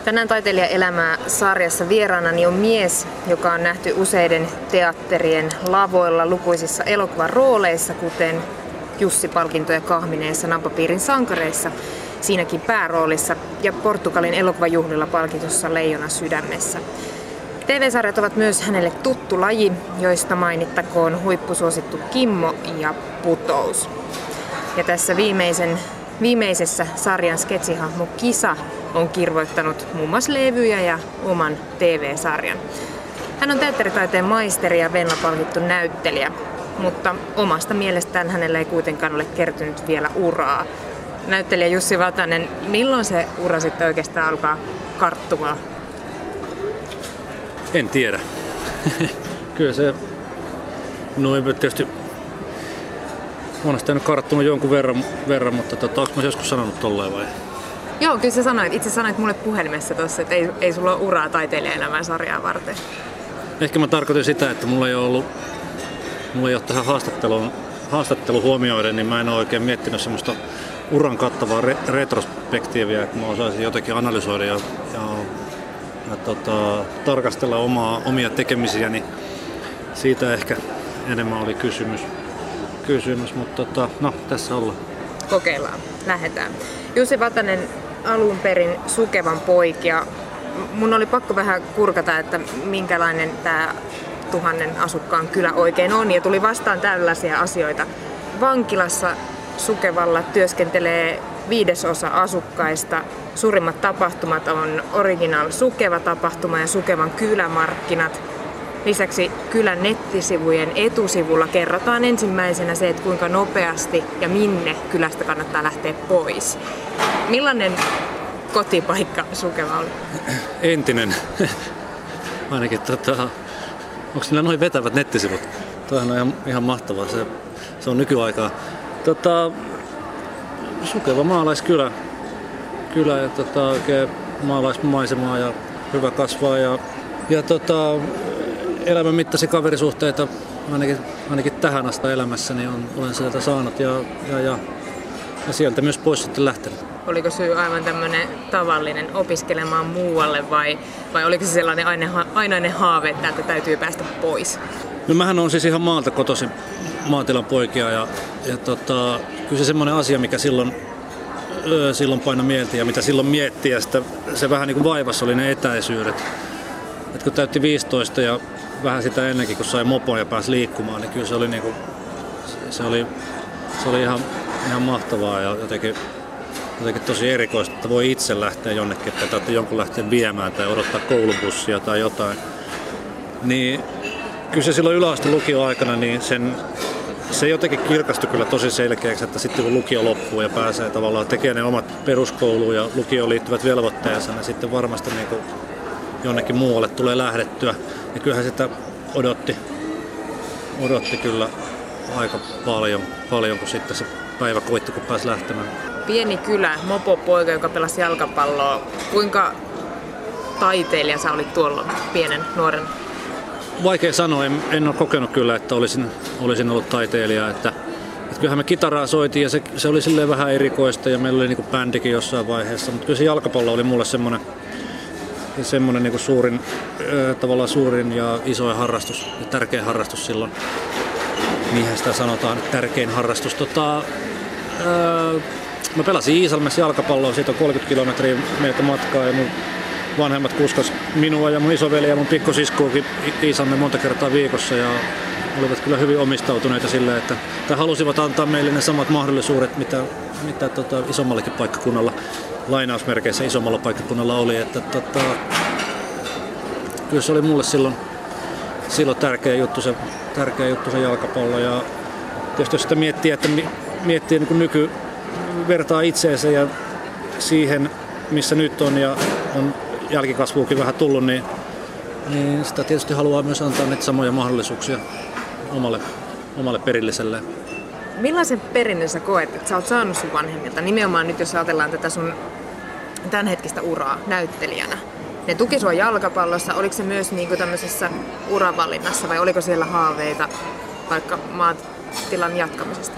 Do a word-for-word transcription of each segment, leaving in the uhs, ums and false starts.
Tänään taiteilijaelämää sarjassa vieraanani on mies, joka on nähty useiden teatterien lavoilla lukuisissa elokuvan rooleissa, kuten Jussi-palkintoja kahmineessa Napapiirin sankareissa, siinäkin pääroolissa, ja Portugalin elokuvajuhlilla palkitussa Leijona sydämessä. T V-sarjat ovat myös hänelle tuttu laji, joista mainittakoon huippusuosittu Kimmo ja Putous. Ja tässä viimeisen, viimeisessä sarjan sketsihahmo Kisa on kirvoittanut muun muassa levyjä ja oman T V-sarjan. Hän on teatteritaiteen maisteri ja Venla-palkittu näyttelijä, mutta omasta mielestään hänellä ei kuitenkaan ole kertynyt vielä uraa. Näyttelijä Jussi Vatanen, milloin se ura sitten oikeastaan alkaa karttumaan? En tiedä. Kyllä se, no ei tietysti monesti on karttunut jonkun verran, verran mutta tota, onko mä joskus sanonut tolleen vai? Joo, kyllä sä sanoit. Itse sanoit mulle puhelimessa tossa, että ei, ei sulla ole uraa taiteilijaelämän sarjaa varten. Ehkä mä tarkoitin sitä, että mulla ei ole ollut, mulla ei ole tähän haastatteluun, haastattelu huomioiden, niin mä en ole oikein miettinyt semmoista uran kattavaa re, retrospektiiviä, että mä osaisin jotenkin analysoida ja, ja, ja tota, tarkastella omaa, omia tekemisiä, niin siitä ehkä enemmän oli kysymys, kysymys mutta tota, no tässä ollaan. Kokeillaan, lähdetään. Jussi Vatanen, alun perin Sukevan poikia. Mun oli pakko vähän kurkata, että minkälainen tämä tuhannen asukkaan kylä oikein on, ja tuli vastaan tällaisia asioita. Vankilassa Sukevalla työskentelee viidesosa asukkaista. Suurimmat tapahtumat on Original Sukeva-tapahtuma ja Sukevan kylämarkkinat. Lisäksi kylän nettisivujen etusivulla kerrotaan ensimmäisenä se, että kuinka nopeasti ja minne kylästä kannattaa lähteä pois. Millainen kotipaikka Sukeva oli? Entinen. Ainakin tota, onko niillä noin vetävät nettisivut? Toihan on ihan, ihan mahtavaa. Se, se on nykyaikaa. Tota, Sukeva maalaiskylä. Kylä ja tota, oikein maalaismaisemaa ja hyvä kasvaa. Ja, ja tota, elämän mittaisia kaverisuhteita ainakin, ainakin tähän asti elämässäni on, olen sieltä saanut ja, ja, ja, ja sieltä myös pois sitten lähtenyt. Oliko syy aivan tämmöinen tavallinen opiskelemaan muualle vai, vai oliko se sellainen ainainen haave, että täältä täytyy päästä pois? No mähän on siis ihan maalta kotoisin maatilan poikia ja, ja tota, kyllä se semmoinen asia, mikä silloin, öö, silloin painoi mieltä ja mitä silloin miettii ja sitä, se vähän niin kuin vaivassa oli ne etäisyydet. Et kun täytti viisitoista ja vähän sitä ennenkin, kun sai mopon ja pääsi liikkumaan, niin kyllä se oli, niinku, se oli, se oli ihan, ihan mahtavaa ja jotenkin, jotenkin tosi erikoista, että voi itse lähteä jonnekin, että täytyy jonkun lähteä viemään tai odottaa koulubussia tai jotain. Niin kyllä se silloin yläasteen lukioaikana, niin sen, se jotenkin kirkastui kyllä tosi selkeäksi, että sitten kun lukio loppuu ja pääsee tavallaan tekemään ne omat peruskouluun ja lukioon liittyvät velvoitteensa, niin sitten varmasti niinku jonnekin muualle tulee lähdettyä. Ja kyllähän sitä odotti, odotti kyllä aika paljon, paljon, kun sitten se päivä koitti, kun pääsi lähtemään. Pieni kylä, mopopoika, joka pelasi jalkapalloa. Kuinka taiteilija sä olit tuolla pienen nuoren? Vaikea sanoa, en, en ole kokenut kyllä, että olisin, olisin ollut taiteilija. Että, että kyllähän me kitaraa soitiin ja se, se oli silleen vähän erikoista ja meillä oli niinku bändikin jossain vaiheessa. Mutta kyllä se jalkapallo oli mulle semmoinen semmoinen niin kuin suurin, tavallaan suurin ja isoin harrastus ja tärkein harrastus silloin. Niinhän sitä sanotaan, tärkein harrastus. Tota, ää, mä pelasin Iisalmessa jalkapalloa, siitä on kolmekymmentä kilometriä meiltä matkaa ja mun vanhemmat kuskas minua ja mun isoveli ja mun pikkosiskuukin Iisalmen monta kertaa viikossa ja olivat kyllä hyvin omistautuneita sillä, että, että halusivat antaa meille ne samat mahdollisuudet, mitä, mitä tota, isommallakin paikkakunnalla, lainausmerkeissä isommalla paikkakunnalla oli. Että, tota, kyllä se oli mulle silloin, silloin tärkeä, juttu se, tärkeä juttu se jalkapallo. Ja tietysti jos sitä miettii, että miettii niin kuin nyky vertaa itseensä ja siihen, missä nyt on ja on jälkikasvuukin vähän tullut, niin, niin sitä tietysti haluaa myös antaa niitä samoja mahdollisuuksia omalle, omalle perilliselle. Millaisen perinnön sä koet, että sä oot saanut sun vanhemmilta? Nimenomaan nyt, jos ajatellaan tätä sun tämänhetkistä uraa näyttelijänä. Ne tuki sua jalkapallossa. Oliko se myös niinku tämmöisessä uravalinnassa vai oliko siellä haaveita vaikka maatilan jatkamisesta?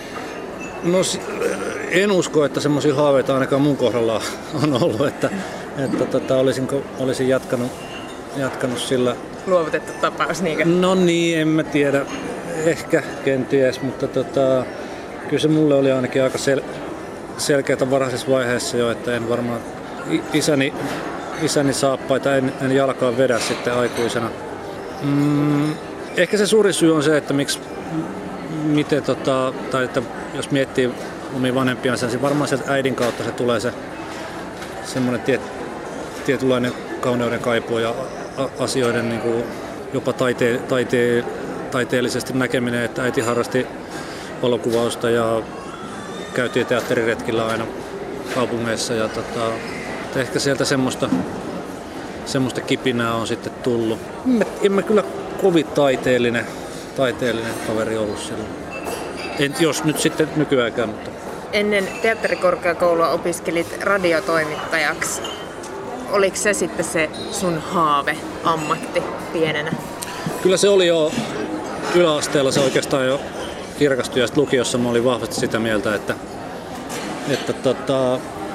No en usko, että semmoisia haaveita ainakaan mun kohdalla on ollut. Että, että tota, olisinko, olisin jatkanut, jatkanut sillä. Luovutettu tapaus, niinkö? No niin, en mä tiedä. Ehkä, kenties, mutta tota, kyllä se mulle oli ainakin aika sel- selkeätä varhaisessa vaiheessa jo, että en varmaan isäni, isäni saappaita en, en jalkaan vedä sitten aikuisena. Mm, ehkä se suuri syy on se, että miksi, miten, tota, tai että jos miettii omia vanhempiansa, niin varmaan sieltä äidin kautta se tulee se semmoinen tiet, tietynlainen kauneuden kaipuu ja a, asioiden niin kuin jopa taite, taite, taiteellisesti näkeminen, että äiti harrasti valokuvausta ja käytiin teatteriretkillä aina kaupungeissa ja tota, ehkä sieltä semmoista, semmoista kipinää on sitten tullut. En, en mä kyllä kovin taiteellinen, taiteellinen kaveri ollut silloin. En, jos nyt sitten nykyäänkään, mutta... Ennen teatterikorkeakoulua opiskelit radiotoimittajaksi. Oliko se sitten se sun haave, ammatti pienenä? Kyllä se oli jo yläasteella, se oikeastaan jo kirkastui ja sitten lukiossa mä olin vahvasti sitä mieltä, että, että, tota,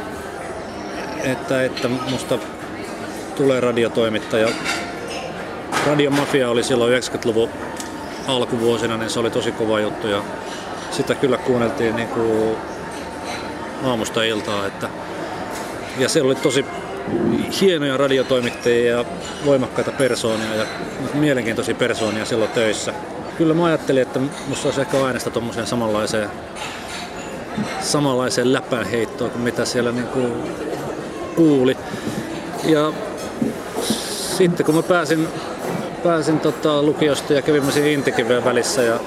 että, että musta tulee radiotoimittaja. Radiomafia oli silloin yhdeksänkymmentäluvun alkuvuosina, niin se oli tosi kova juttu ja sitä kyllä kuunneltiin niin kuin aamusta iltaa. Että, ja siellä oli tosi hienoja radiotoimittajia ja voimakkaita persoonia ja mielenkiintoisia persoonia silloin töissä. Kyllä mä ajattelin, että musta olisi ehkä aineesta tommoseen samanlaiseen, samanlaiseen läpäänheittoon kuin mitä siellä niin kuin kuuli. Ja sitten kun mä pääsin, pääsin tota lukiosta ja kävin siinä Intikiven välissä ja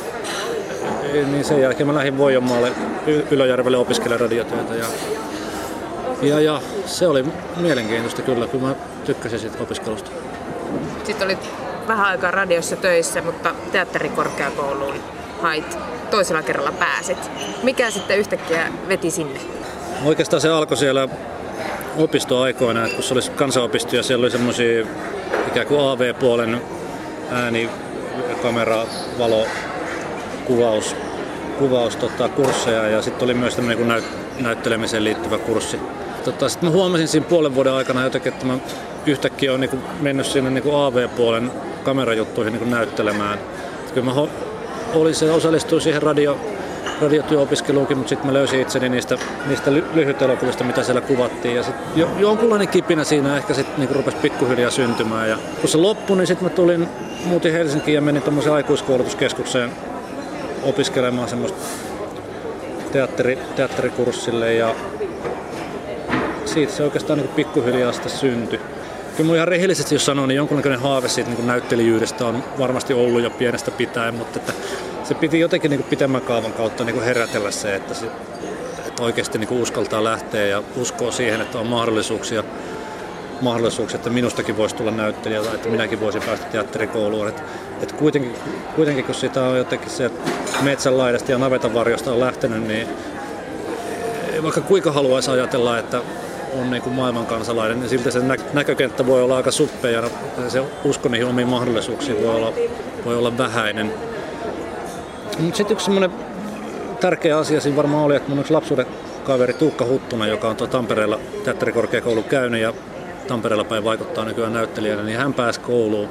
niin sen jälkeen mä lähdin Voijonmaalle Ylöjärvelle opiskelemaan radiotyötä ja, ja, ja se oli mielenkiintoista kyllä, kun mä tykkäsin siitä opiskelusta. Sitten olit vähän aikaa radiossa töissä, mutta teatterikorkeakouluun hait toisella kerralla pääsit. Mikä sitten yhtäkkiä veti sinne? Oikeastaan se alkoi siellä opistoaikoina, että kun se oli kansanopisto ja siellä oli semmoisia ikään kuin A V-puolen ääni, kamera, valo, kuvaus, kuvaus tota, kursseja ja sitten oli myös tämmöinen näyt, näyttelemiseen liittyvä kurssi. Tota, sitten mä huomasin siinä puolen vuoden aikana jotenkin, että mä yhtäkkiä olen niin mennyt sinne niin A V-puolen kamerajuttuihin niin näyttelemään. Että kyllä mä ho- olin se, osallistuin siihen radio, radiotyöopiskeluunkin, mutta sitten mä löysin itseni niistä, niistä ly- lyhytelokuvista, mitä siellä kuvattiin. Ja sitten jo, jonkunlainen kipinä siinä ehkä sitten niin rupesi pikkuhiljaa syntymään. Ja kun se loppui, niin sitten mä tulin, muutin Helsinkiin ja menin tommoseen aikuiskoulutuskeskukseen opiskelemaan semmoista teatteri, teatterikurssille. Ja siitä se oikeastaan niin pikkuhiljaa sitten syntyi. Kyllä mun ihan rehellisesti jos sanoo, niin jonkunnäköinen haave siitä niin näyttelijyydestä on varmasti ollut jo pienestä pitäen, mutta että se piti jotenkin niin pitemmän kaavan kautta niin herätellä se, että, se, että oikeasti niin uskaltaa lähteä ja uskoo siihen, että on mahdollisuuksia, mahdollisuuksia, että minustakin voisi tulla näyttelijä tai että minäkin voisin päästä teatterikouluun. Että, että kuitenkin, kuitenkin kun sitä on jotenkin se metsän laidasta ja navetan varjosta on lähtenyt, niin vaikka kuinka haluaisi ajatella, että on niin kuin maailmankansalainen, niin silti se näkökenttä voi olla aika suppea ja se usko niihin omiin mahdollisuuksiin voi olla, voi olla vähäinen. Mutta sitten yksi semmoinen tärkeä asia siinä varmaan oli, että mun yksi lapsuuden kaveri Tuukka Huttunen, joka on tuolla Tampereella teatterikorkeakoulun käynyt ja Tampereella päin vaikuttaa nykyään näyttelijänä, niin hän pääsi kouluun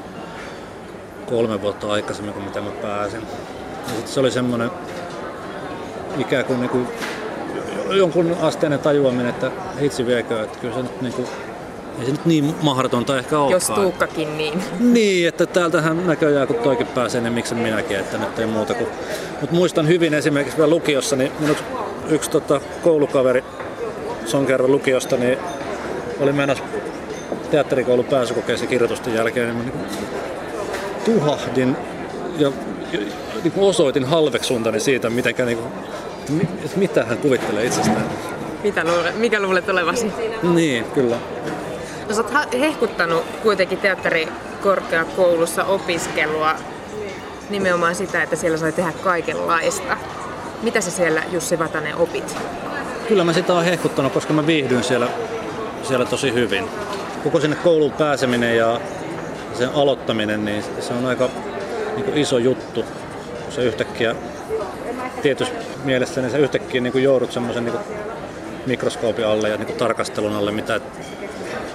kolme vuotta aikaisemmin kuin mitä mä pääsin. Ja sitten se oli semmoinen ikään kuin, niin kuin jonkun asteinen tajuaminen, että hitsi viekö, että kyllä se nyt niin kuin, ei se nyt niin mahdotonta ehkä olekaan. Jos Tuukkakin niin. Niin, että täältähän näköjään kun toikin pääsee, niin miksi minäkin, että nyt ei muuta kuin. Mutta muistan hyvin esimerkiksi vielä lukiossa, niin minun yksi, yksi tota, koulukaveri Sonkerran lukiosta, niin oli menossa teatterikoulun pääsykokeessa kirjoitusten jälkeen, niin mä niin tuhahdin ja, ja niin osoitin halveksuntani siitä, mitenkä niin kuin, että mitä hän kuvittelee itsestään. Mitä luulet, mikä luulet olevasi? Niin, kyllä. No sä oot hehkuttanut kuitenkin teatterikorkeakoulussa opiskelua nimenomaan sitä, että siellä sai tehdä kaikenlaista. Mitä sä siellä, Jussi Vatanen, opit? Kyllä mä sitä oon hehkuttanut, koska mä viihdyin siellä, siellä tosi hyvin. Koko sinne kouluun pääseminen ja sen aloittaminen, niin se on aika niin kuin iso juttu, kun se yhtäkkiä tietyssä mielessä niin sä yhtäkkiä niin kuin joudut semmoisen niin kuin mikroskoopin alle ja niin kuin tarkastelun alle, mitä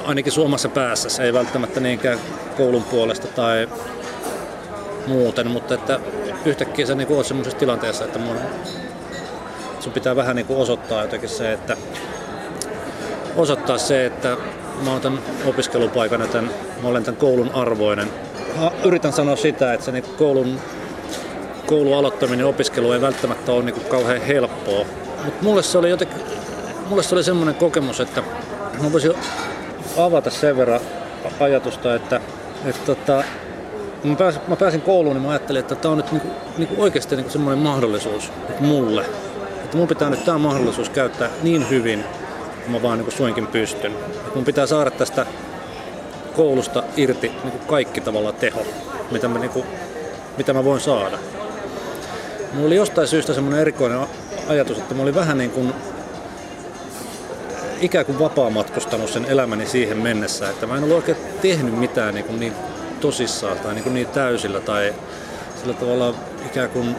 ainakin suomassa päässä. Se ei välttämättä niinkään koulun puolesta tai muuten, mutta että yhtäkkiä sä niin oot semmoisessa tilanteessa, että mun, sun pitää vähän niin osoittaa jotenkin se, että osoittaa se, että mä oon tämän opiskelupaikan ja tämän, mä olen tämän koulun arvoinen. Mä yritän sanoa sitä, että se niin koulun, koulun aloittaminen ja opiskelu ei välttämättä ole niin kauhean helppoa. Mutta mulle se oli jotenkin, mulle se oli semmoinen kokemus, että mä voisin avata sen verran ajatusta, että, että tota, mä, pääsin, mä pääsin kouluun, niin mä ajattelin, että tämä on nyt niinku, niinku oikeasti niinku semmoinen mahdollisuus mulle. Että mun pitää nyt tämä mahdollisuus käyttää niin hyvin, kun mä vaan niinku suinkin pystyn. Että mun pitää saada tästä koulusta irti niinku kaikki tavallaan teho, mitä mä, niinku, mitä mä voin saada. Mulla oli jostain syystä semmoinen erikoinen ajatus, että mä olin vähän niin kuin ikään kuin vapaamatkustanut sen elämäni siihen mennessä, että mä en ollut oikein tehnyt mitään niin, kuin niin tosissaan tai niin, kuin niin täysillä tai sillä tavalla ikään kuin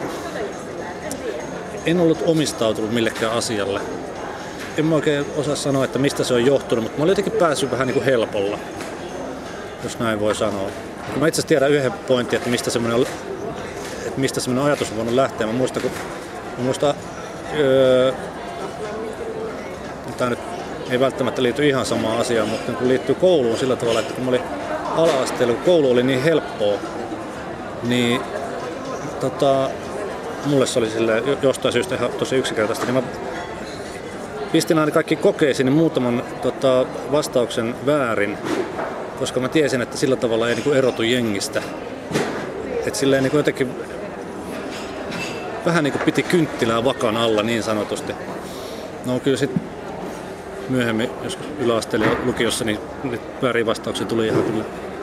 en ollut omistautunut millekään asialle. En mä oikein osaa sanoa, että mistä se on johtunut, mutta mä olin jotenkin päässyt vähän niin kuin helpolla, jos näin voi sanoa. Mä itse asiassa tiedän yhden pointin, että mistä semmoinen, että mistä semmoinen ajatus on voinut lähteä. Mä muistan, kun mä muistan, öö, tämä nyt ei välttämättä liity ihan samaan asiaan, mutta kun liittyy kouluun sillä tavalla, että kun mä olin ala-asteella, kun koulu oli niin helppoa, niin tota, mulle se oli silleen, jostain syystä ihan tosi yksinkertaista, niin mä pistin aina kaikki kokeisiin niin muutaman tota, vastauksen väärin, koska mä tiesin, että sillä tavalla ei niin kuin erotu jengistä. Että silleen niin kuin jotenkin vähän niin kuin piti kynttilää vakan alla niin sanotusti. No kyllä sitten myöhemmin, joskus yläasteella ja lukiossa, niin väärin vastauksia tuli ihan kyllä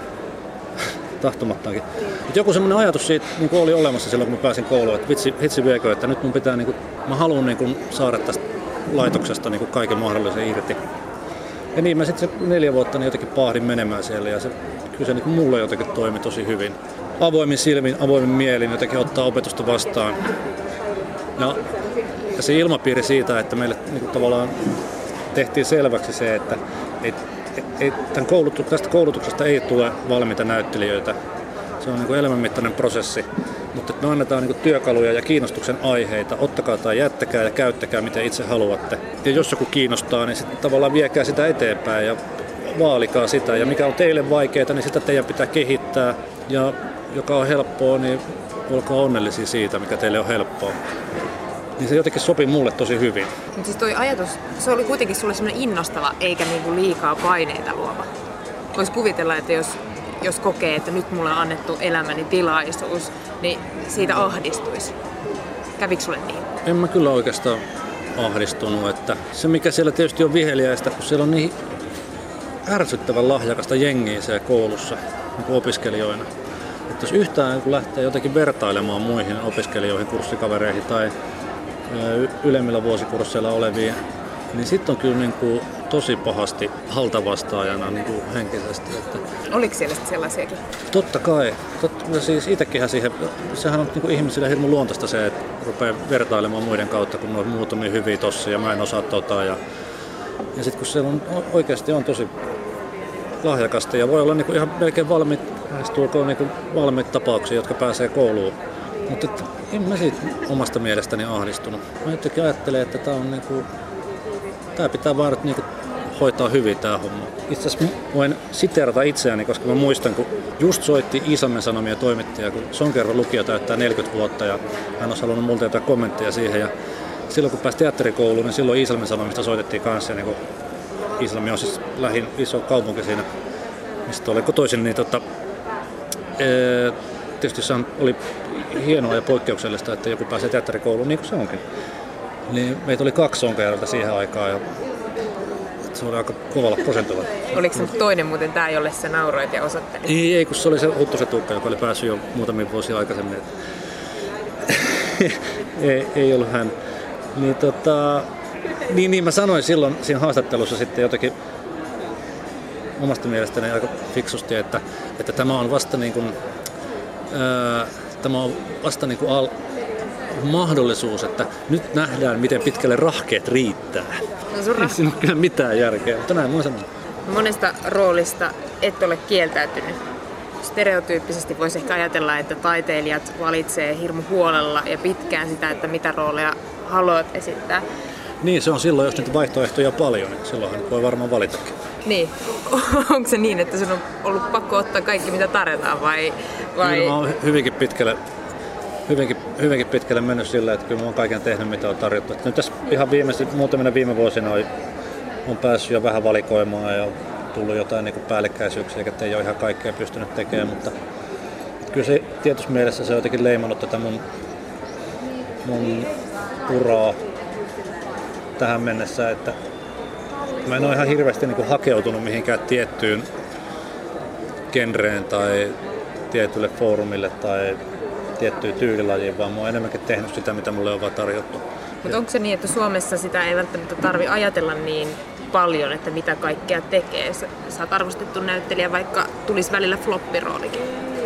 tahtomattaankin. Mutta joku semmoinen ajatus siitä niin oli olemassa silloin, kun mä pääsin kouluun, että vitsi, hitsi viekö, että nyt mun pitää, niin kuin, mä haluan niin kuin, saada tästä laitoksesta niin kuin kaiken mahdollisen irti. Ja niin mä sitten se neljä vuotta niin jotenkin paahdin menemään siellä ja se, kyllä se niin kuin mulle jotenkin toimi tosi hyvin. Avoimin silmin, avoimin mielin jotenkin ottaa opetusta vastaan. Ja, ja se ilmapiiri siitä, että meille niin kuin, tavallaan tehtiin selväksi se, että et, et, et, tämän koulutu, tästä koulutuksesta ei tule valmiita näyttelijöitä. Se on niin kuin elämänmittainen prosessi, mutta me annetaan niin kuin työkaluja ja kiinnostuksen aiheita. Ottakaa tai jättäkää ja käyttäkää miten itse haluatte. Ja jos joku kiinnostaa, niin sitten tavallaan viekää sitä eteenpäin ja vaalikaa sitä. Ja mikä on teille vaikeaa, niin sitä teidän pitää kehittää. Ja joka on helppoa, niin olkaa onnellisia siitä, mikä teille on helppoa. Niin se jotenkin sopi mulle tosi hyvin. Mutta siis toi ajatus, se oli kuitenkin sulle semmoinen innostava, eikä niinku liikaa paineita luova. Voisi kuvitella, että jos, jos kokee, että nyt mulle on annettu elämäni tilaisuus, niin siitä ahdistuisi. Kävikö sulle niin? En mä kyllä oikeastaan ahdistunut. Että se mikä siellä tietysti on viheliäistä, kun siellä on niin ärsyttävän lahjakasta jengiä siellä koulussa niin opiskelijoina. Että jos yhtään kun lähtee jotenkin vertailemaan muihin opiskelijoihin, kurssikavereihin tai ylemmillä vuosikursseilla oleviin, niin sitten on kyllä niin kuin tosi pahasti haltavastaajana niin kuin henkisesti. Että oliko siellä sellaisiakin? Totta kai. Totta, siis itsekinhän siihen, sehän on niin kuin ihmisille hirmu luontaista se, että rupeaa vertailemaan muiden kautta, kun on muutamia hyviä tossa ja mä en osaa tota. Ja, ja sitten kun siellä on, oikeasti on tosi lahjakasta ja voi olla niin kuin ihan melkein valmiit, niin kuin valmiit tapauksia, jotka pääsee kouluun. Mutta en mä siitä omasta mielestäni ahdistunut. Mä jotenkin ajattelen, että tää on niinku, tää pitää vaan niinku hoitaa hyvin tää homma. Itse asiassa voin siteerata itseäni, koska mä muistan, kun just soitti Iisalmen Sanomien toimittaja, kun Sonkervan lukio täyttää neljäkymmentä vuotta ja hän olisi halunnut multa jotain kommentteja siihen. Ja silloin kun pääsi teatterikouluun, niin silloin Iisalmen Sanomista soitettiin kanssa. Ja niin Iisalmi on siis lähin iso kaupunki siinä, mistä olen kotoisin, niin tota, ee, tietysti se oli hienoa ja poikkeuksellista, että joku pääsee teatterikouluun, niin kuin se onkin. Niin meitä oli kaksi Sonkeralta siihen aikaan ja se oli aika kovalla prosentilla. Oliko se toinen muuten tämä, jolle sä nauroit ja osoittelit? Ei, ei kun se oli se Huttusen Tuukka, joka oli päässyt jo muutamia vuosia aikaisemmin. ei, ei ollut hän. Niin, tota, niin, niin mä sanoin silloin siinä haastattelussa sitten jotenkin omasta mielestäni aika fiksusti, että, että tämä on vasta niin kuin, ää, tämä on vasta niin kuin al- mahdollisuus, että nyt nähdään, miten pitkälle rahkeet riittää. No sun rah- ei siinä ole kyllä mitään järkeä, mutta näin mä sanon. Monesta roolista et ole kieltäytynyt. Stereotyyppisesti voisi ehkä ajatella, että taiteilijat valitsee hirmu huolella ja pitkään sitä, että mitä rooleja haluat esittää. Niin, se on silloin, jos niitä vaihtoehtoja on paljon, niin silloinhan voi varmaan valitakin. Niin. Onko se niin, että sun on ollut pakko ottaa kaikki, mitä tarjotaan, vai? vai... Kyllä mä oon hyvinkin pitkälle, hyvinkin, hyvinkin pitkälle mennyt sillä, että kyllä mä oon kaiken tehnyt, mitä on tarjottu. Että nyt tässä ihan viimeisen, muutamina viime vuosina on, on päässyt jo vähän valikoimaan ja tullut jotain niin kuin päällekkäisyyksiä, että ei ole ihan kaikkea pystynyt tekemään, mutta kyllä se tietysti mielessä se on jotenkin leimannut tätä mun, mun uraa tähän mennessä, että mä en ole ihan hirveästi niin kuin hakeutunut mihinkään tiettyyn genreen tai tietylle foorumille tai tiettyyn tyylilajiin, vaan mä oon enemmänkin tehnyt sitä, mitä mulle on vaan tarjottu. Mutta onko se niin, että Suomessa sitä ei välttämättä tarvitse ajatella niin paljon, että mitä kaikkea tekee? Sä, sä oot arvostettu näyttelijä, vaikka tulisi välillä floppiroolikin.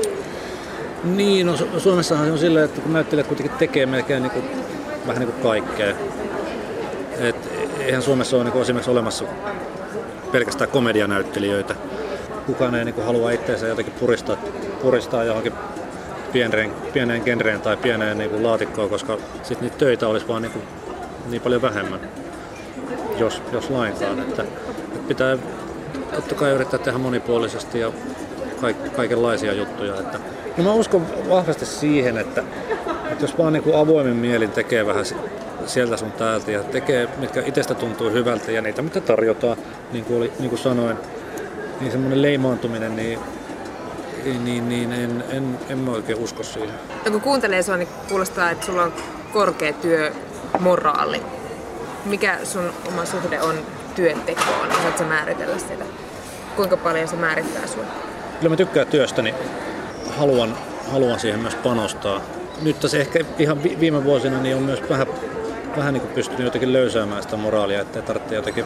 Niin, no Suomessahan se on silleen, että kun näyttelijät kuitenkin tekee melkein niin kuin, vähän niin kuin kaikkea. Et eihän Suomessa ole niin kuin esimerkiksi olemassa pelkästään komedianäyttelijöitä. Kukaan ei niin kuin halua itseensä jotenkin puristaa, puristaa johonkin pieneen, pieneen genreen tai pieneen niin kuin laatikkoon, koska sitten niitä töitä olisi vaan niin, kuin, niin paljon vähemmän, jos, jos lainkaan. Että, että pitää totta kai yrittää tehdä monipuolisesti ja kaik, kaikenlaisia juttuja. Että, no mä uskon vahvasti siihen, että, että jos vaan niin kuin avoimin mielin tekee vähän sieltä sun täältä ja tekee, mitkä itsestä tuntuu hyvältä ja niitä, mitä tarjotaan, niin kuin, oli, niin kuin sanoin, niin semmoinen leimaantuminen, niin Niin, niin en, en, en mä oikein usko siihen. Ja kun kuuntelee sua, niin kuulostaa, että sulla on korkea työmoraali. Mikä sun oma suhde on työntekoon? Osaatko määritellä sitä? Kuinka paljon se määrittää sua? Kyllä mä tykkään työstäni. Haluan, haluan siihen myös panostaa. Nyt tässä ehkä ihan viime vuosina niin on myös vähän, vähän niin kuin pystynyt jotenkin löysäämään sitä moraalia, että ei tarvitse jotenkin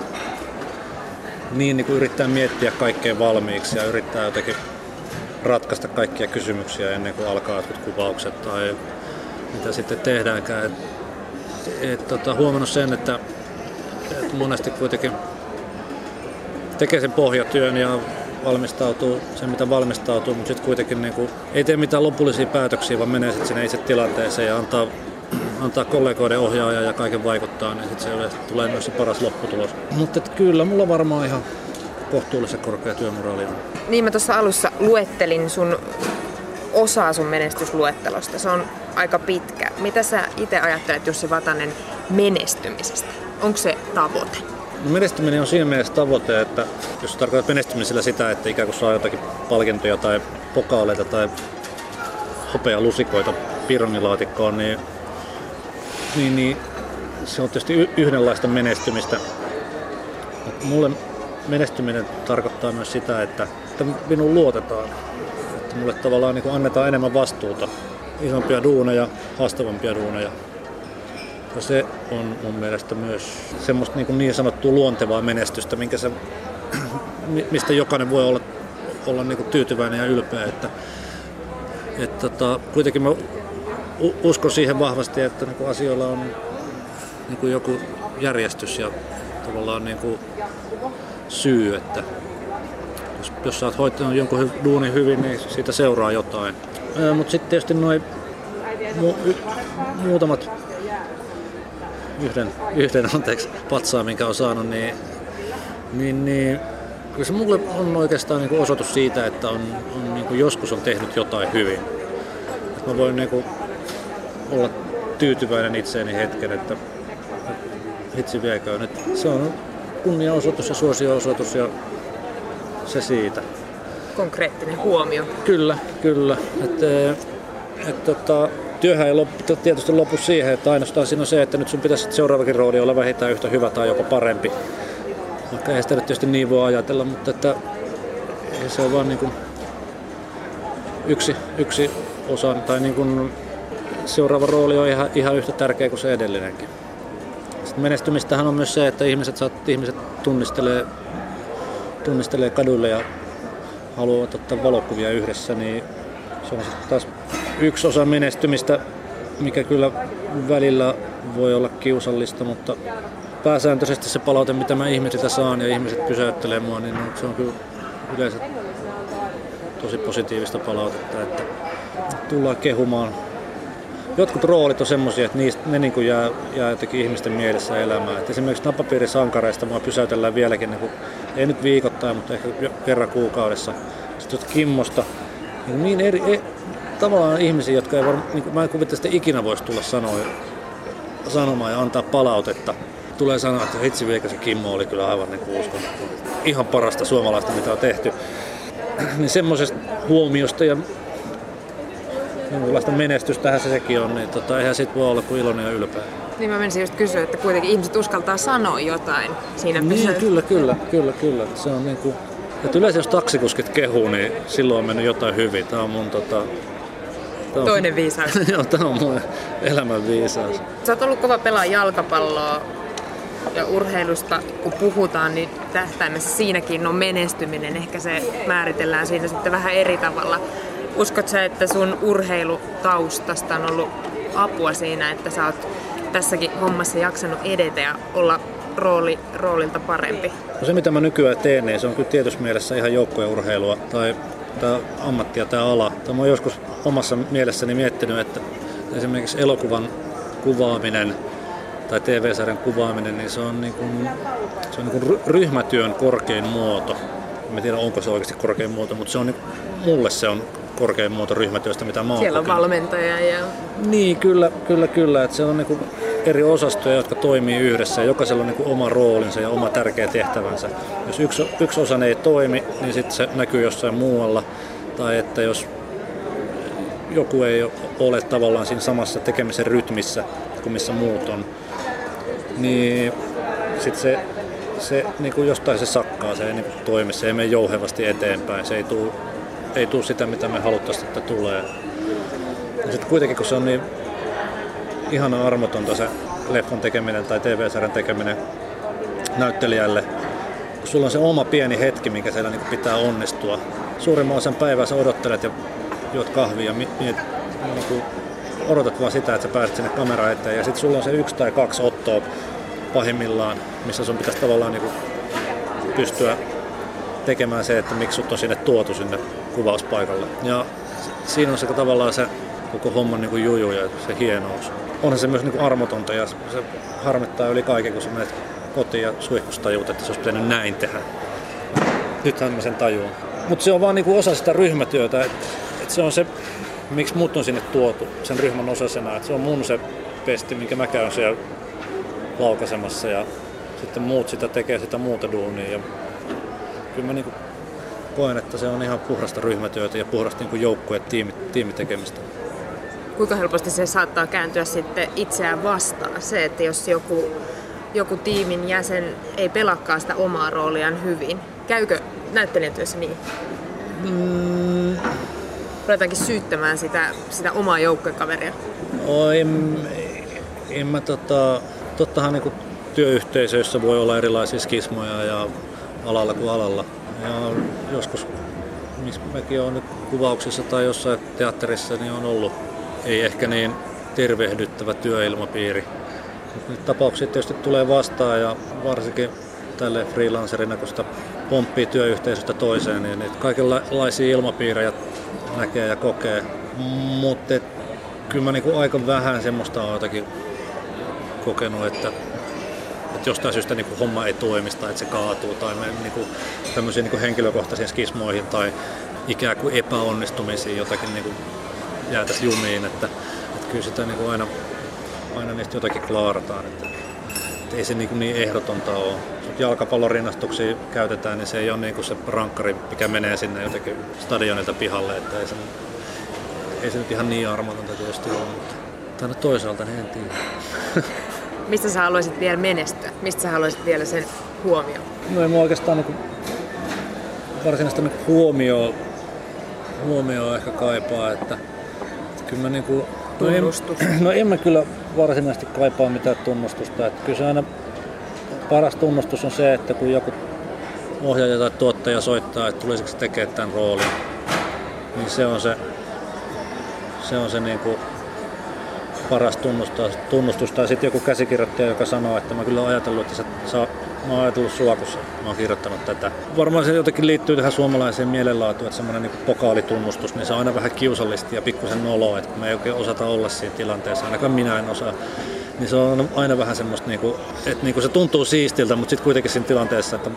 niin, niin kuin yrittää miettiä kaikkea valmiiksi ja yrittää jotenkin ratkaista kaikkia kysymyksiä ennen kuin alkaa jotkut kuvaukset tai mitä sitten tehdäänkään. Et, et, tota, huomannut sen, että et monesti kuitenkin tekee sen pohjatyön ja valmistautuu sen, mitä valmistautuu, mutta sitten kuitenkin niin kuin, ei tee mitään lopullisia päätöksiä, vaan menee sitten sinne itse tilanteeseen ja antaa, antaa kollegoiden ohjaaja ja kaiken vaikuttaa, niin sitten se yleensä tulee myös se paras lopputulos. Mutta kyllä, mulla varmaan ihan kohtuullisen korkea työmoraali on. Niin mä tuossa alussa luettelin sun osaa sun menestysluettelosta. Se on aika pitkä. Mitä sä itse ajattelet, Jussi Vatanen, menestymisestä? Onko se tavoite? No menestyminen on siinä mielessä tavoite, että jos tarkoitat menestymisellä sitä, että ikään kuin saa jotakin palkintoja tai pokaaleita tai hopealusikoita pirongilaatikkoon, niin, niin, niin se on tietysti yhdenlaista menestymistä. Mutta mulle menestyminen tarkoittaa myös sitä, että, että minun luotetaan. Että mulle tavallaan niin kuin annetaan enemmän vastuuta, isompia duuneja, haastavampia duuneja. Ja se on mun mielestä myös semmoista niin, niin sanottua luontevaa menestystä, minkä se, mistä jokainen voi olla, olla niin kuin tyytyväinen ja ylpeä. Että, että, tota, kuitenkin mä uskon siihen vahvasti, että niin kuin asioilla on niin kuin joku järjestys ja tavallaan niin kuin syy, että jos, jos sä oot hoitanut jonkun duunin hyvin, niin siitä seuraa jotain. Mutta sitten tietysti noin mu, y, muutamat yhden, yhden anteeksi, patsaa, minkä on saanut, niin, niin, niin kyllä se mulle on oikeastaan niin kuin osoitus siitä, että on, on, niin kuin joskus on tehnyt jotain hyvin. Että mä voin niin kuin olla tyytyväinen itseeni hetken, että hitsi vieköön. Että se on kunniaosoitus ja suosio-osoitus ja se siitä. Konkreettinen huomio. Kyllä, kyllä. Et, et, tota, työhän ei loppu, tietysti lopu siihen, että ainoastaan siinä on se, että nyt sun pitäisi seuraavakin rooli olla vähintään yhtä hyvä tai jopa parempi. Vaikka ei sitä tietysti niin voi ajatella, mutta että se on vaan niin kuin yksi, yksi osa, tai niin kuin seuraava rooli on ihan, ihan yhtä tärkeä kuin se edellinenkin. Sitten menestymistähän on myös se, että ihmiset, saat, ihmiset tunnistelee, tunnistelee kaduille ja haluavat ottaa valokuvia yhdessä, niin se on taas yksi osa menestymistä, mikä kyllä välillä voi olla kiusallista, mutta pääsääntöisesti se palaute, mitä mä ihmisiltä saan ja ihmiset pysäyttelee mua, niin se on kyllä yleensä tosi positiivista palautetta, että tullaan kehumaan. Jotkut roolit on semmoisia, että niistä, ne niin kuin jää, jää jotenkin ihmisten mielessä elämään. Et esimerkiksi Napapiirisankareista mua pysäytellään vieläkin, niin kuin, ei nyt viikoittain, mutta ehkä kerran kuukaudessa. Sitten Kimmosta, niin, niin eri, ei, tavallaan ihmisiä, jotka ei varmaan, niin mä en kuvitella, että ikinä voisi tulla sanoa, sanomaan ja antaa palautetta. Tulee sanoa, että hitsi veikä se Kimmo oli kyllä aivan niin kuin uskon, ihan parasta suomalaista, mitä on tehty. Niin semmoisesta huomiosta ja jonkinlaista menestystähän se sekin on, niin tota, eihän sit voi olla kuin iloinen ja ylpeä. Niin mä menisin just kysyä, että kuitenkin ihmiset uskaltaa sanoa jotain siinä niin, pysyä. kyllä, kyllä, kyllä, kyllä. Se on niinku, että yleensä jos taksikuskit kehuu, niin silloin on mennyt jotain hyvin. Tää on mun tota... Tää on, toinen viisaus. Joo, tää on mun elämän viisaus. Sä oot ollut kova pelaa jalkapalloa ja urheilusta, kun puhutaan, niin tähtäimessä siinäkin on menestyminen. Ehkä se määritellään siinä sitten vähän eri tavalla. Uskotko sä, että sun urheilutaustasta on ollut apua siinä, että sä oot tässäkin hommassa jaksanut edetä ja olla rooli, roolilta parempi? No se mitä mä nykyään teen, niin se on kyllä tietyssä mielessä ihan joukkueurheilua tai tämä ammatti ja tämä ala. Tämä olen joskus omassa mielessäni miettinyt, että esimerkiksi elokuvan kuvaaminen tai T V-sarjan kuvaaminen, niin se on, niin kuin, se on niin kuin ryhmätyön korkein muoto. En tiedä, onko se oikeasti korkein muoto, mutta se on, mulle se on korkein muoto ryhmätyöstä, mitä mä oon Siellä on kokenut. valmentaja ja... Niin, kyllä, kyllä, kyllä. Että siellä on niin eri osastoja, jotka toimii yhdessä ja jokaisella on niin oma roolinsa ja oma tärkeä tehtävänsä. Jos yksi, yksi osa ei toimi, niin sitten se näkyy jossain muualla. Tai että jos joku ei ole tavallaan siinä samassa tekemisen rytmissä kuin missä muut on, niin sitten se, se niin kuin jostain se sakkaa, se ei niin kuin toimi, se ei mene jouhevasti eteenpäin, se ei tule ei tule sitä, mitä me haluttaisiin, että tulee. Ja sitten kuitenkin, kun se on niin ihana armotonta se leffon tekeminen tai T V-sarjan tekeminen näyttelijälle, kun sulla on se oma pieni hetki, mikä siellä niin kuin pitää onnistua. Suurimman osan päivää sä odottelet ja juot kahvia ja miet, niin kuin odotat vaan sitä, että sä pääset sinne kameraan eteen ja sitten sulla on se yksi tai kaksi ottoa pahimmillaan, missä sun pitäisi tavallaan niin kuin pystyä tekemään se, että miksi sut on sinne tuotu sinne kuvauspaikalle. Ja siinä on se tavallaan se koko homman niin kuin juju ja se hienous. Onhan se myös niin kuin armotonta ja se harmittaa yli kaiken, kun sä menet kotiin ja suihkusta tajuut, että se olisi pitänyt näin tehdä. Nythän mä sen tajuun. Mutta se on vaan niin kuin osa sitä ryhmätyötä, että et se on se, miksi mut on sinne tuotu sen ryhmän osasena. Et se on mun se pesti, minkä mä käyn siellä laukaisemassa ja sitten muut sitä tekee sitä muuta duunia. Ja kyllä mä niin kuin koen, että se on ihan puhdasta ryhmätyötä ja puhdasta niin joukkue- ja tiimi, tiimitekemistä. Kuinka helposti se saattaa kääntyä sitten itseään vastaan? Se, että jos joku, joku tiimin jäsen ei pelaakaan sitä omaa rooliaan hyvin. Käykö näyttelijän työssä niin? Mm. Ruvetaankin syyttämään sitä, sitä omaa joukkuekaveria? No, en, en mä tota, tottahan niin kuin työyhteisöissä voi olla erilaisia skismoja ja alalla kuin alalla. Ja joskus, missä mäkin olen nyt kuvauksissa tai jossain teatterissa, niin on ollut ei ehkä niin tervehdyttävä työilmapiiri. Nyt tapauksia tietysti tulee vastaan ja varsinkin tälle freelancerina, kun sitä pomppii työyhteisöstä toiseen, niin niitä kaikenlaisia ilmapiirejä näkee ja kokee. Mutta kyllä mä niinku aika vähän semmoista olen jotakin kokenut, että että jostain syystä niin kuin homma ei toimista tai että se kaatuu tai me niin tämmöisiin niin henkilökohtaisiin skismoihin tai ikään kuin epäonnistumisiin jotakin niin kuin jäätäisiin jumiin, että, että kyllä sitä niin kuin aina, aina niistä jotakin klaarataan, että, että ei se niin, niin ehdotonta ole. Jos jalkapallorinnastuksia käytetään, niin se ei ole niin kuin se rankkari, mikä menee sinne jotenkin stadionilta pihalle, että ei se, ei se nyt ihan niin armotonta tietysti ole, mutta tänne toisaalta niin en tiedä. Mistä sä haluaisit vielä menestyä? Mistä sä haluaisit vielä sen huomioon? No ei mua oikeastaan niin varsinaista niin huomioon, huomioon ehkä kaipaa, että, että kyllä mä niin kuin, no, en, no en mä kyllä varsinaisesti kaipaa mitään tunnustusta, että kyllä se aina paras tunnustus on se, että kun joku ohjaaja tai tuottaja soittaa, että tulisiko se tekemään tämän roolin, niin se on se, se, on se niin kuin paras tunnustaa, tunnustus. Tai sitten joku käsikirjoittaja, joka sanoo, että mä kyllä oon ajatellut, että sä, sä, mä oon ajatellut sua, kun mä oon kirjoittanut tätä. Varmaan se jotenkin liittyy tähän suomalaiseen mielenlaatuun, että semmoinen niin pokaalitunnustus, niin se on aina vähän kiusallista ja pikkusen noloa, että me ei oikein osata olla siinä tilanteessa, ainakaan minä en osaa. Niin se on aina vähän semmoista, että niinku se tuntuu siistiltä, mutta sitten kuitenkin siinä tilanteessa, että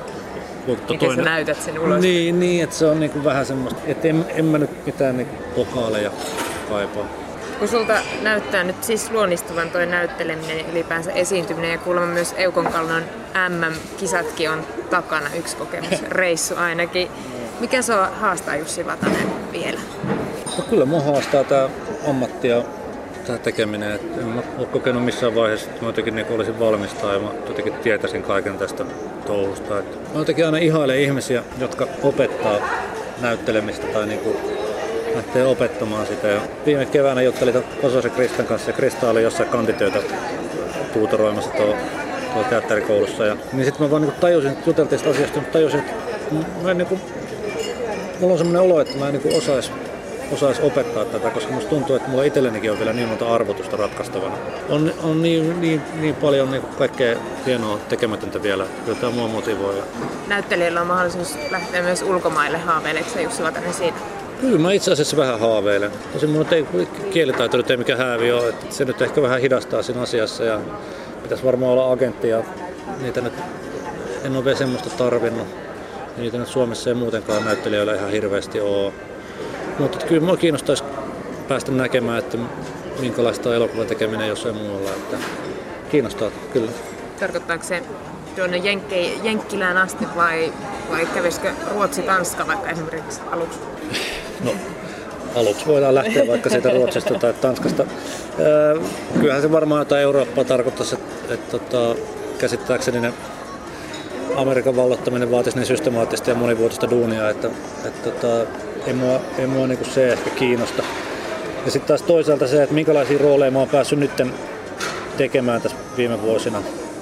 miten toinen... sä näytät sen ulos. Niin, niin että se on niinku vähän semmoista, että en, en mä nyt mitään niinku pokaaleja kaipaa. Kun sulta näyttää nyt siis luonnistuvan toi näytteleminen ja ylipäänsä esiintyminen ja kuulemma myös Eukon Kallion M M-kisatkin on takana, yksi kokemusreissu ainakin. Mikä sua haastaa, Jussi Vatanen, vielä? No kyllä mua haastaa tää ammatti ja tää tekeminen. Et en mä ole kokenut missään vaiheessa, että mä jotenkin niin olisin valmis tai mä jotenkin tietäisin kaiken tästä touhusta. Et mä jotenkin aina ihailen ihmisiä, jotka opettaa näyttelemistä tai niinku lähtee opettamaan sitä. Ja viime keväänä juttelin Kososen Kristan kanssa ja Krista oli jossain kantitöitä tuutoroimassa tuolla tuo teatterikoulussa. Ja, niin sitten mä vaan niinku tajusin, että juteltiin sitä asiasta, mutta tajusin, että mä en niinku, mulla on semmoinen olo, että mä en niinku osais, osais opettaa tätä, koska musta tuntuu, että mulla itsellenikin on vielä niin monta arvotusta ratkaistavana. On, on niin, niin, niin paljon niinku kaikkea hienoa tekemätöntä vielä, kyllä tämä mua motivoi. Näyttelijällä on mahdollisuus lähteä myös ulkomaille haaveileksi, Jussi Vatanen siitä? Kyllä mä itse asiassa vähän haaveilen. Tosin mun ei, kielitaito nyt ei mikään häävi ole, että se nyt ehkä vähän hidastaa siinä asiassa ja pitäisi varmaan olla agentti ja niitä nyt en ole vielä semmoista tarvinnut. Niitä nyt Suomessa ei muutenkaan näyttelijöillä ihan hirveästi ole. Mutta kyllä mua kiinnostaisi päästä näkemään, että minkälaista on elokuvan tekeminen jossain muualla. Että kiinnostaa kyllä. Tarkoittaako se tuonne Jenkkei, Jenkkilään asti vai, vai kävisikö Ruotsi-Tanska vaikka esimerkiksi aluksi? No, aluksi voidaan lähteä vaikka siitä Ruotsista tai Tanskasta. Öö, kyllähän se varmaan jotain Eurooppaa tarkoittaisi, että, että, että käsittääkseni ne Amerikan vallottaminen vaatisi niin systemaattista ja monivuotista duunia, että, että, että ei mua, ei mua niin kuin se ehkä kiinnosta. Ja sitten taas toisaalta se, että minkälaisia rooleja mä oon päässyt nyt tekemään tässä viime vuosina.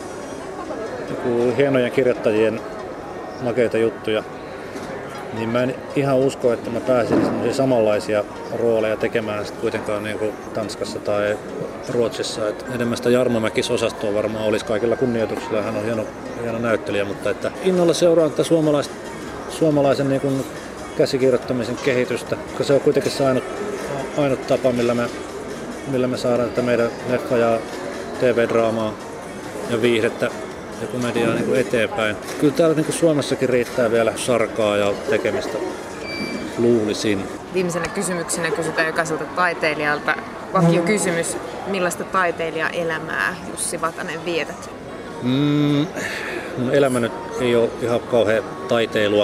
Joku hienojen kirjoittajien makeita juttuja. Niin mä en ihan usko, että mä pääsin semmoisia samanlaisia rooleja tekemään sit kuitenkaan niin kuin Tanskassa tai Ruotsissa. Et enemmän sitä Jarmo Mäkis-osastoa varmaan olisi kaikilla kunnioituksilla. Hän on hieno, hieno näyttelijä, mutta että innolla seuraan tätä suomalais, suomalaisen niin kuin käsikirjoittamisen kehitystä, koska se on kuitenkin se ainut, ainut tapa, millä me, millä me saadaan tätä meidän leffa- ja T V-draamaa ja viihdettä ja komediaa niin kuin eteenpäin. Kyllä täällä niin kuin Suomessakin riittää vielä sarkaa ja tekemistä, luulisin. Viimeisenä kysymyksenä kysytään jokaiselta taiteilijalta. Vakio kysymys, millaista taiteilijaelämää Jussi Vatanen vietät? Mm, mun elämä nyt ei ole ihan kauhean taiteilua.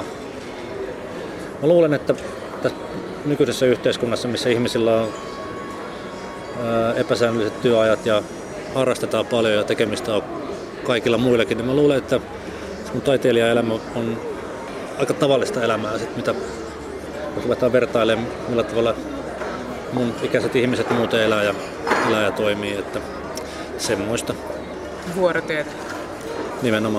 Mä luulen, että tässä nykyisessä yhteiskunnassa, missä ihmisillä on ää, epäsäännölliset työajat ja harrastetaan paljon ja tekemistä on kaikilla muillakin, niin mä luulen, että mun taiteilijaelämä on aika tavallista elämää, sit mitä jos ruvetaan vertailemaan, millä tavalla mun ikäiset ihmiset muuten elää ja, elää ja toimii, että semmoista. Vuorotyötä. Nimenomaan.